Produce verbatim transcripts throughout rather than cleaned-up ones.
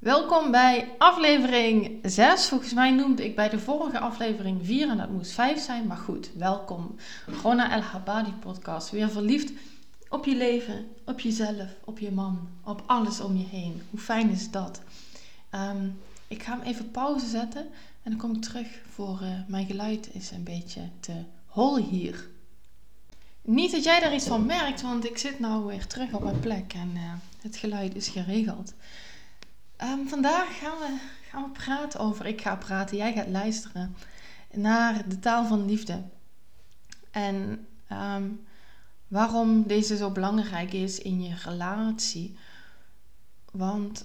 Welkom bij aflevering zes. Volgens mij noemde ik bij de vorige aflevering vier en dat moest vijf zijn. Maar goed, welkom. Rona El Habadi podcast. Weer verliefd op je leven, op jezelf, op je man, op alles om je heen. Hoe fijn is dat? Um, ik ga hem even pauze zetten en dan kom ik terug voor uh, mijn geluid is een beetje te hol hier. Niet dat jij daar iets van merkt, want ik zit nou weer terug op mijn plek en uh, het geluid is geregeld. Um, vandaag gaan we, gaan we praten over, ik ga praten, jij gaat luisteren, naar de taal van liefde. En um, waarom deze zo belangrijk is in je relatie. Want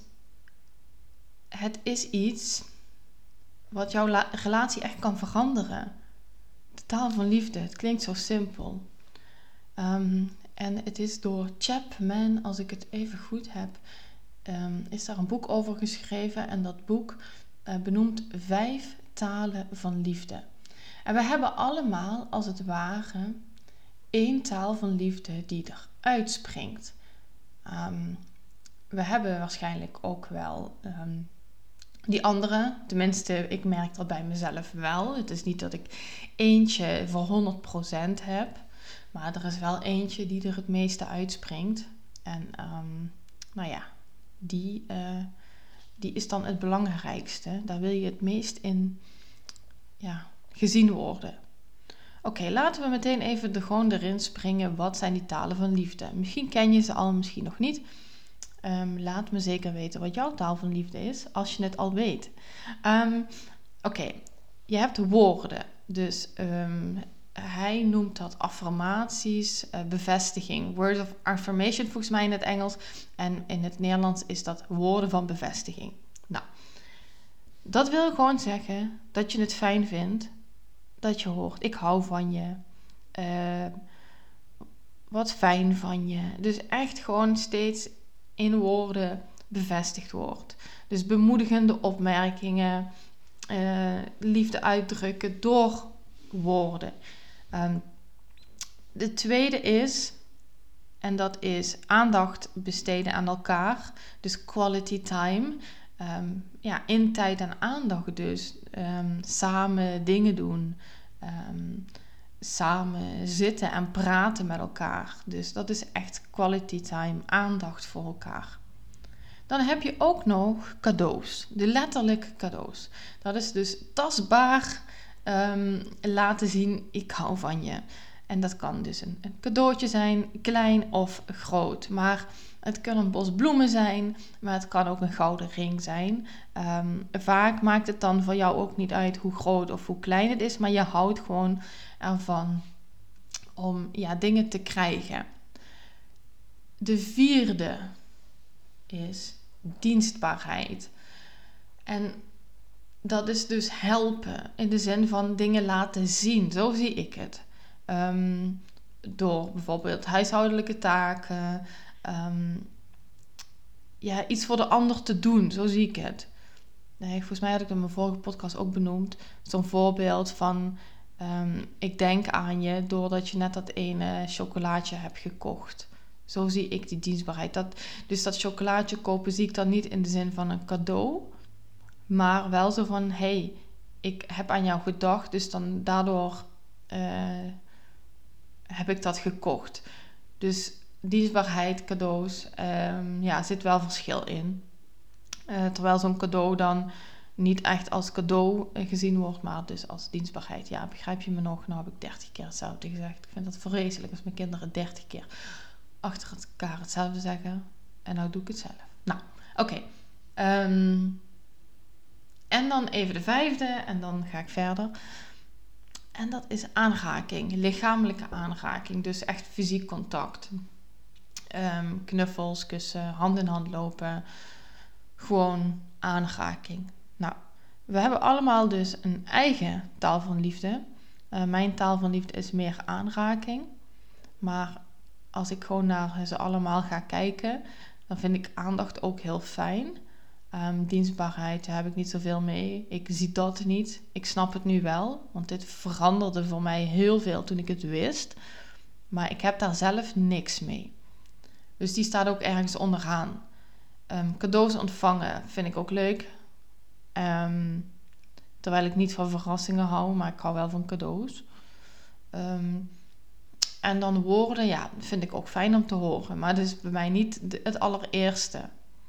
het is iets wat jouw la- relatie echt kan veranderen. De taal van liefde, het klinkt zo simpel. Um, en het is door Chapman, als ik het even goed heb, Um, is daar een boek over geschreven en dat boek uh, benoemt vijf talen van liefde. En we hebben allemaal, als het ware, één taal van liefde die er uitspringt. Um, we hebben waarschijnlijk ook wel um, die andere, tenminste ik merk dat bij mezelf wel. Het is niet dat ik eentje voor honderd procent heb, maar er is wel eentje die er het meeste uitspringt. En um, nou ja, Die, uh, die is dan het belangrijkste. Daar wil je het meest in ja, gezien worden. Oké, okay, laten we meteen even de, gewoon erin springen. Wat zijn die talen van liefde? Misschien ken je ze al, misschien nog niet. Um, laat me zeker weten wat jouw taal van liefde is, als je het al weet. Um, Oké, okay, je hebt woorden. Dus um, hij noemt dat affirmaties, uh, bevestiging. Words of affirmation volgens mij in het Engels. En in het Nederlands is dat woorden van bevestiging. Nou, dat wil gewoon zeggen dat je het fijn vindt. Dat je hoort, ik hou van je. Uh, wat fijn van je. Dus echt gewoon steeds in woorden bevestigd wordt. Dus bemoedigende opmerkingen. Uh, liefde uitdrukken door woorden. Um, de tweede is, en dat is aandacht besteden aan elkaar. Dus quality time. Um, ja, in tijd en aandacht dus. Um, samen dingen doen. Um, samen zitten en praten met elkaar. Dus dat is echt quality time. Aandacht voor elkaar. Dan heb je ook nog cadeaus. De letterlijke cadeaus. Dat is dus tastbaar um, laten zien, ik hou van je. En dat kan dus een, een cadeautje zijn, klein of groot. Maar het kan een bos bloemen zijn, maar het kan ook een gouden ring zijn. Um, vaak maakt het dan voor jou ook niet uit hoe groot of hoe klein het is. Maar je houdt gewoon ervan om ja, dingen te krijgen. De vierde is dienstbaarheid. En dat is dus helpen in de zin van dingen laten zien. Zo zie ik het. Um, door bijvoorbeeld huishoudelijke taken. Um, ja, iets voor de ander te doen. Zo zie ik het. Nee, volgens mij had ik in mijn vorige podcast ook benoemd. Zo'n voorbeeld van um, ik denk aan je doordat je net dat ene chocolaatje hebt gekocht. Zo zie ik die dienstbaarheid. Dat, dus dat chocolaatje kopen zie ik dan niet in de zin van een cadeau. Maar wel zo van, hé, hey, ik heb aan jou gedacht. Dus dan daardoor uh, heb ik dat gekocht. Dus dienstbaarheid, cadeaus, um, ja, zit wel verschil in. Uh, terwijl zo'n cadeau dan niet echt als cadeau gezien wordt, maar dus als dienstbaarheid. Ja, begrijp je me nog? Nou heb ik dertig keer hetzelfde gezegd. Ik vind dat vreselijk als mijn kinderen dertig keer achter elkaar hetzelfde zeggen. En nou doe ik het zelf. Nou, oké. Okay. Um, en dan even de vijfde. En dan ga ik verder. En dat is aanraking. Lichamelijke aanraking. Dus echt fysiek contact. Um, knuffels, kussen, hand in hand lopen. Gewoon aanraking. Nou, we hebben allemaal dus een eigen taal van liefde. Uh, mijn taal van liefde is meer aanraking. Maar als ik gewoon naar ze allemaal ga kijken, dan vind ik aandacht ook heel fijn. Um, dienstbaarheid, daar heb ik niet zoveel mee. Ik zie dat niet. Ik snap het nu wel, want dit veranderde voor mij heel veel toen ik het wist. Maar ik heb daar zelf niks mee. Dus die staat ook ergens onderaan. Um, cadeaus ontvangen vind ik ook leuk. Um, terwijl ik niet van verrassingen hou, maar ik hou wel van cadeaus. Um, en dan woorden, ja, vind ik ook fijn om te horen. Maar dat is bij mij niet de, het allereerste.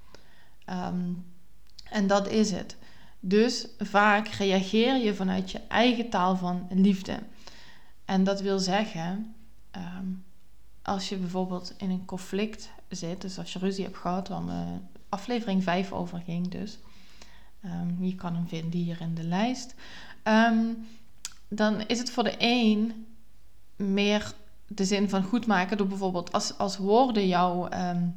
Um, en dat is het. Dus vaak reageer je vanuit je eigen taal van liefde. En dat wil zeggen, um, als je bijvoorbeeld in een conflict zit, dus als je ruzie hebt gehad, waar uh, aflevering vijf over ging dus. Um, je kan hem vinden hier in de lijst. Um, dan is het voor de een meer de zin van goed maken door bijvoorbeeld als, als woorden jouw um,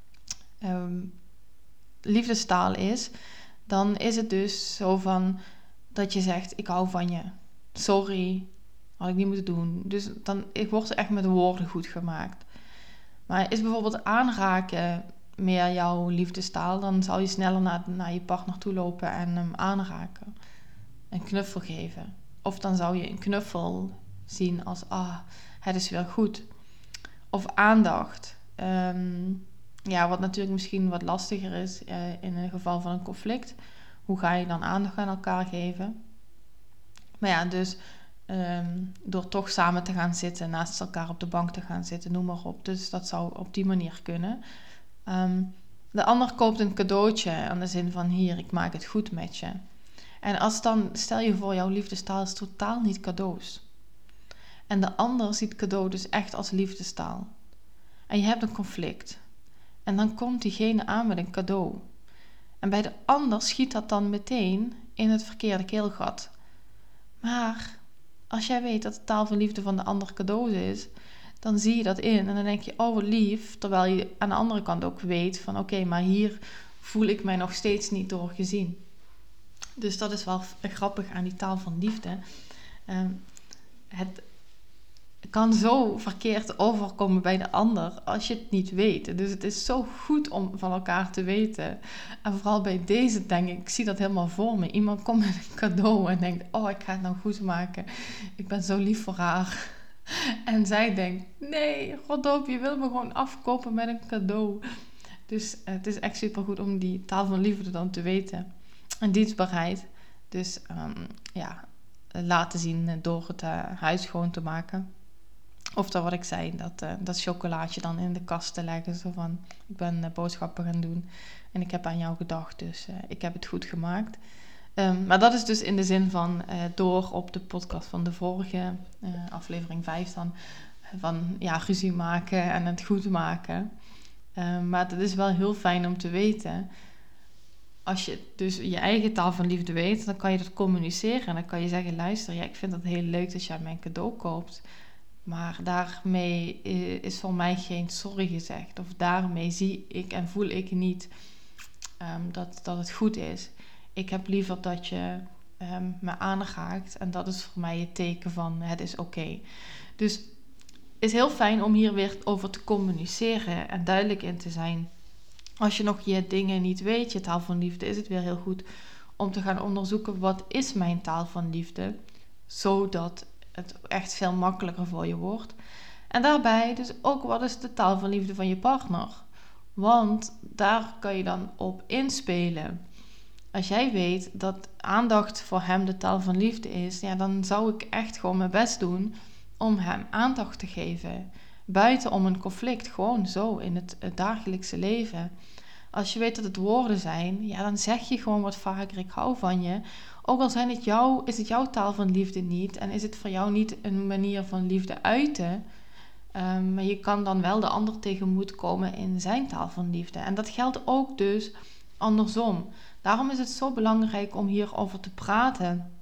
um, liefdestaal is, dan is het dus zo van dat je zegt, ik hou van je. Sorry, had ik niet moeten doen. Dus dan wordt er echt met woorden goed gemaakt. Maar is bijvoorbeeld aanraken meer jouw liefdestaal, dan zal je sneller naar, naar je partner toe lopen en hem aanraken. Een knuffel geven. Of dan zou je een knuffel zien als, ah, het is weer goed. Of aandacht. Um, ja, wat natuurlijk misschien wat lastiger is uh, in een geval van een conflict. Hoe ga je dan aandacht aan elkaar geven? Maar ja, dus um, door toch samen te gaan zitten, naast elkaar op de bank te gaan zitten, noem maar op. Dus dat zou op die manier kunnen. Um, de ander koopt een cadeautje aan de zin van, hier, ik maak het goed met je. En als dan, stel je voor, jouw liefdestaal is totaal niet cadeaus. En de ander ziet cadeau dus echt als liefdestaal. En je hebt een conflict. En dan komt diegene aan met een cadeau. En bij de ander schiet dat dan meteen in het verkeerde keelgat. Maar als jij weet dat de taal van liefde van de ander cadeaus is, dan zie je dat in. En dan denk je, oh wat lief. Terwijl je aan de andere kant ook weet van, oké, okay, maar hier voel ik mij nog steeds niet door gezien. Dus dat is wel grappig aan die taal van liefde. Um, het kan zo verkeerd overkomen bij de ander als je het niet weet. Dus het is zo goed om van elkaar te weten. En vooral bij deze denk ik, ik zie dat helemaal voor me. Iemand komt met een cadeau en denkt, oh, ik ga het nou goed maken. Ik ben zo lief voor haar. En zij denkt, nee, godop, je wil me gewoon afkopen met een cadeau. Dus het is echt supergoed om die taal van liefde dan te weten. En dienstbaarheid. Dus um, ja, laten zien door het uh, huis schoon te maken. Of dat wat ik zei, dat, uh, dat chocolaatje dan in de kast te leggen. Zo van, ik ben uh, boodschappen gaan doen en ik heb aan jou gedacht, dus uh, ik heb het goed gemaakt. Um, maar dat is dus in de zin van, uh, door op de podcast van de vorige uh, aflevering vijf dan, van ja, ruzie maken en het goed maken. Um, maar het is wel heel fijn om te weten. Als je dus je eigen taal van liefde weet, dan kan je dat communiceren. En dan kan je zeggen, luister, ja, ik vind het heel leuk dat jij mijn cadeau koopt. Maar daarmee is voor mij geen sorry gezegd. Of daarmee zie ik en voel ik niet um, dat, dat het goed is. Ik heb liever dat je um, me aanraakt. En dat is voor mij het teken van het is oké. Okay. Dus het is heel fijn om hier weer over te communiceren en duidelijk in te zijn. Als je nog je dingen niet weet, je taal van liefde, is het weer heel goed om te gaan onderzoeken, wat is mijn taal van liefde? Zodat het echt veel makkelijker voor je wordt. En daarbij dus ook, wat is de taal van liefde van je partner? Want daar kan je dan op inspelen. Als jij weet dat aandacht voor hem de taal van liefde is, ja, dan zou ik echt gewoon mijn best doen om hem aandacht te geven. Buiten om een conflict, gewoon zo in het, het dagelijkse leven. Als je weet dat het woorden zijn, ja, dan zeg je gewoon wat vaker, ik hou van je. Ook al zijn het jou, is het jouw taal van liefde niet en is het voor jou niet een manier van liefde uiten, um, maar je kan dan wel de ander tegemoet komen in zijn taal van liefde. En dat geldt ook dus andersom. Daarom is het zo belangrijk om hierover te praten,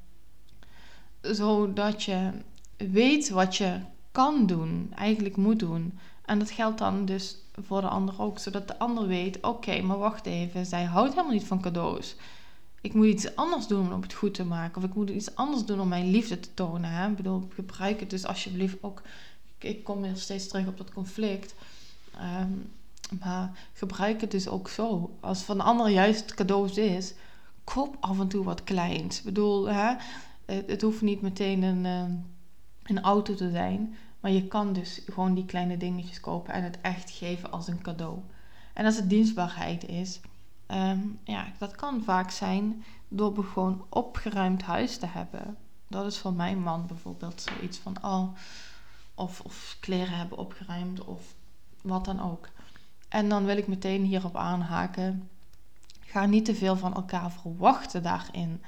zodat je weet wat je kan doen, eigenlijk moet doen. En dat geldt dan dus voor de ander ook, zodat de ander weet, oké, okay, maar wacht even, zij houdt helemaal niet van cadeaus. Ik moet iets anders doen om het goed te maken. Of ik moet iets anders doen om mijn liefde te tonen. Hè? Ik bedoel, gebruik het dus alsjeblieft ook. Ik kom weer steeds terug op dat conflict. Um, maar gebruik het dus ook zo. Als van de ander juist cadeaus is, koop af en toe wat kleins. Ik bedoel, hè? Het, het hoeft niet meteen een, een auto te zijn. Maar je kan dus gewoon die kleine dingetjes kopen en het echt geven als een cadeau. En als het dienstbaarheid is, um, ja, dat kan vaak zijn door gewoon opgeruimd huis te hebben. Dat is voor mijn man bijvoorbeeld zoiets van, oh, of, of kleren hebben opgeruimd of wat dan ook. En dan wil ik meteen hierop aanhaken, ga niet te veel van elkaar verwachten daarin.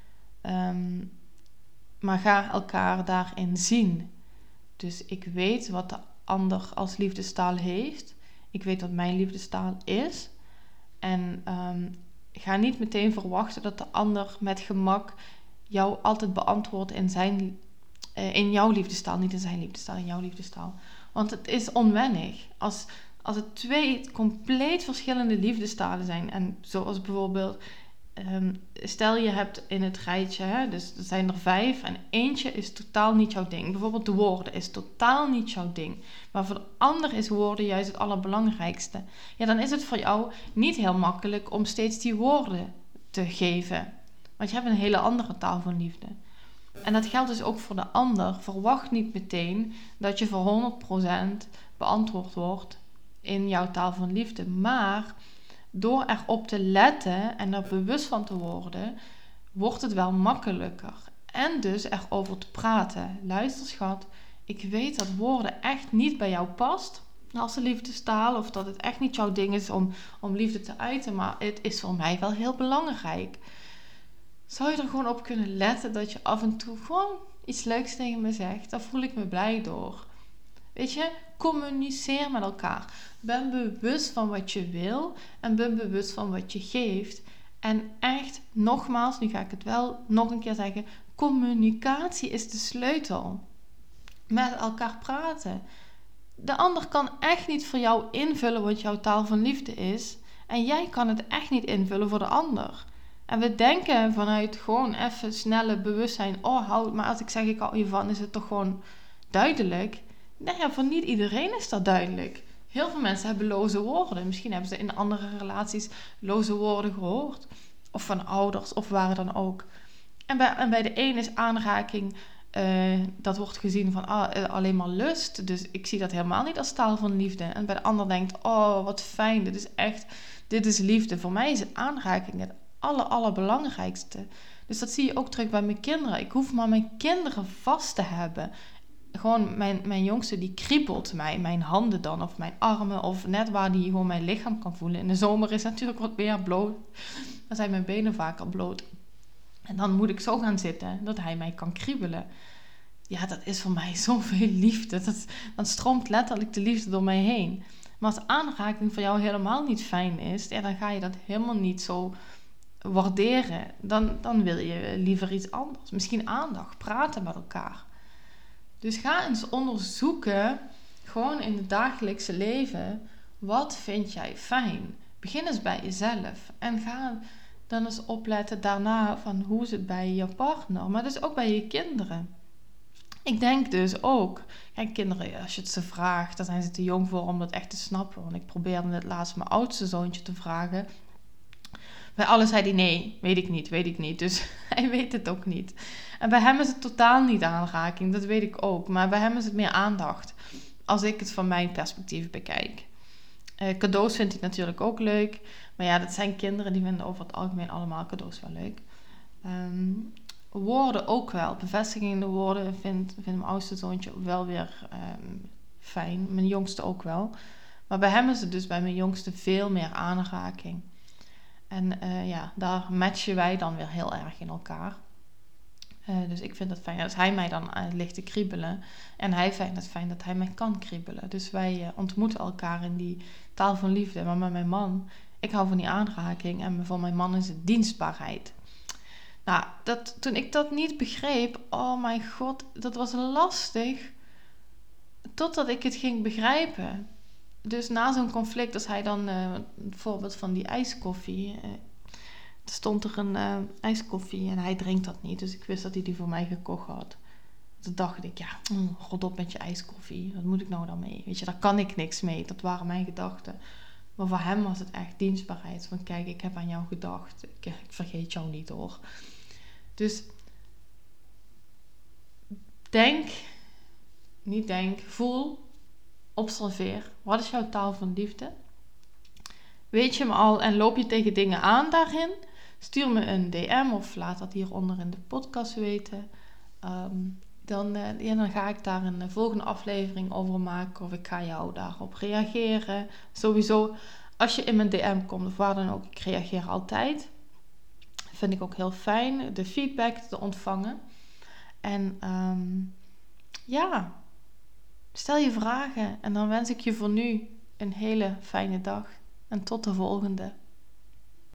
Um, maar ga elkaar daarin zien. Dus ik weet wat de ander als liefdestaal heeft. Ik weet wat mijn liefdestaal is. En um, ga niet meteen verwachten dat de ander met gemak jou altijd beantwoordt in, zijn, uh, in jouw liefdestaal. Niet in zijn liefdestaal, in jouw liefdestaal. Want het is onwennig. Als, als het twee compleet verschillende liefdestalen zijn. En zoals bijvoorbeeld, um, stel je hebt in het rijtje, hè, dus er zijn er vijf en eentje is totaal niet jouw ding. Bijvoorbeeld de woorden is totaal niet jouw ding. Maar voor de ander is woorden juist het allerbelangrijkste. Ja, dan is het voor jou niet heel makkelijk om steeds die woorden te geven. Want je hebt een hele andere taal van liefde. En dat geldt dus ook voor de ander. Verwacht niet meteen dat je voor honderd procent beantwoord wordt in jouw taal van liefde. Maar door erop te letten en er bewust van te worden, wordt het wel makkelijker. En dus erover te praten. Luister schat, ik weet dat woorden echt niet bij jou past als de liefdestaal. Of dat het echt niet jouw ding is om, om liefde te uiten. Maar het is voor mij wel heel belangrijk. Zou je er gewoon op kunnen letten dat je af en toe gewoon iets leuks tegen me zegt? Daar voel ik me blij door. Weet je, communiceer met elkaar. Ben bewust van wat je wil en ben bewust van wat je geeft. En echt, nogmaals, nu ga ik het wel nog een keer zeggen, communicatie is de sleutel. Met elkaar praten. De ander kan echt niet voor jou invullen wat jouw taal van liefde is. En jij kan het echt niet invullen voor de ander. En we denken vanuit gewoon even snelle bewustzijn, oh, houd, maar als ik zeg ik hou je van, is het toch gewoon duidelijk? Nee, ja, voor niet iedereen is dat duidelijk. Heel veel mensen hebben loze woorden. Misschien hebben ze in andere relaties loze woorden gehoord. Of van ouders, of waar dan ook. En bij, en bij de een is aanraking, uh, dat wordt gezien van ah, alleen maar lust. Dus ik zie dat helemaal niet als taal van liefde. En bij de ander denkt, oh, wat fijn, dit is echt, dit is liefde. Voor mij is het aanraking het aller, allerbelangrijkste. Dus dat zie je ook terug bij mijn kinderen. Ik hoef maar mijn kinderen vast te hebben. Gewoon mijn, mijn jongste die kriebelt mij, mijn handen dan, of mijn armen, of net waar die gewoon mijn lichaam kan voelen. In de zomer is het natuurlijk wat meer bloot. Dan zijn mijn benen vaker bloot. En dan moet ik zo gaan zitten, dat hij mij kan kriebelen. Ja, dat is voor mij zoveel liefde. Dat, dan stroomt letterlijk de liefde door mij heen. Maar als aanraking voor jou helemaal niet fijn is, ja, dan ga je dat helemaal niet zo waarderen. Dan, dan wil je liever iets anders. Misschien aandacht, praten met elkaar. Dus ga eens onderzoeken, gewoon in het dagelijkse leven, wat vind jij fijn? Begin eens bij jezelf en ga dan eens opletten daarna van hoe is het bij je partner, maar dus ook bij je kinderen. Ik denk dus ook, kijk, kinderen, als je het ze vraagt, dan zijn ze te jong voor om dat echt te snappen. Want ik probeerde het laatst mijn oudste zoontje te vragen. Bij alles zei hij nee, weet ik niet, weet ik niet. Dus hij weet het ook niet. En bij hem is het totaal niet aanraking, dat weet ik ook. Maar bij hem is het meer aandacht, als ik het van mijn perspectief bekijk. Uh, cadeaus vindt hij natuurlijk ook leuk. Maar ja, dat zijn kinderen, die vinden over het algemeen allemaal cadeaus wel leuk. Um, woorden ook wel. Bevestigende woorden vindt, vindt mijn oudste zoontje wel weer um, fijn. Mijn jongste ook wel. Maar bij hem is het dus bij mijn jongste veel meer aanraking. En uh, ja, daar matchen wij dan weer heel erg in elkaar. Uh, dus ik vind het fijn dat hij mij dan uh, ligt te kriebelen. En hij vindt het fijn dat hij mij kan kriebelen. Dus wij uh, ontmoeten elkaar in die taal van liefde. Maar met mijn man, ik hou van die aanraking. En voor mijn man is het dienstbaarheid. Nou, dat, toen ik dat niet begreep, oh mijn god, dat was lastig. Totdat ik het ging begrijpen. Dus na zo'n conflict, als hij dan, uh, bijvoorbeeld van die ijskoffie, uh, er stond er een uh, ijskoffie en hij drinkt dat niet. Dus ik wist dat hij die voor mij gekocht had. Toen dacht ik, ja, mm, rot op met je ijskoffie. Wat moet ik nou dan mee? Weet je, daar kan ik niks mee. Dat waren mijn gedachten. Maar voor hem was het echt dienstbaarheid. Van kijk, ik heb aan jou gedacht. Ik, ik vergeet jou niet hoor. Dus denk, niet denk, voel, observeer. Wat is jouw taal van liefde? weet je hem al en loop je tegen dingen aan daarin? Stuur me een D M of laat dat hieronder in de podcast weten. Um, dan, uh, ja, dan ga ik daar een volgende aflevering over maken of ik ga jou daarop reageren. Sowieso, als je in mijn D M komt of waar dan ook, ik reageer altijd. Vind ik ook heel fijn, de feedback te ontvangen. En um, ja, stel je vragen en dan wens ik je voor nu een hele fijne dag. En tot de volgende.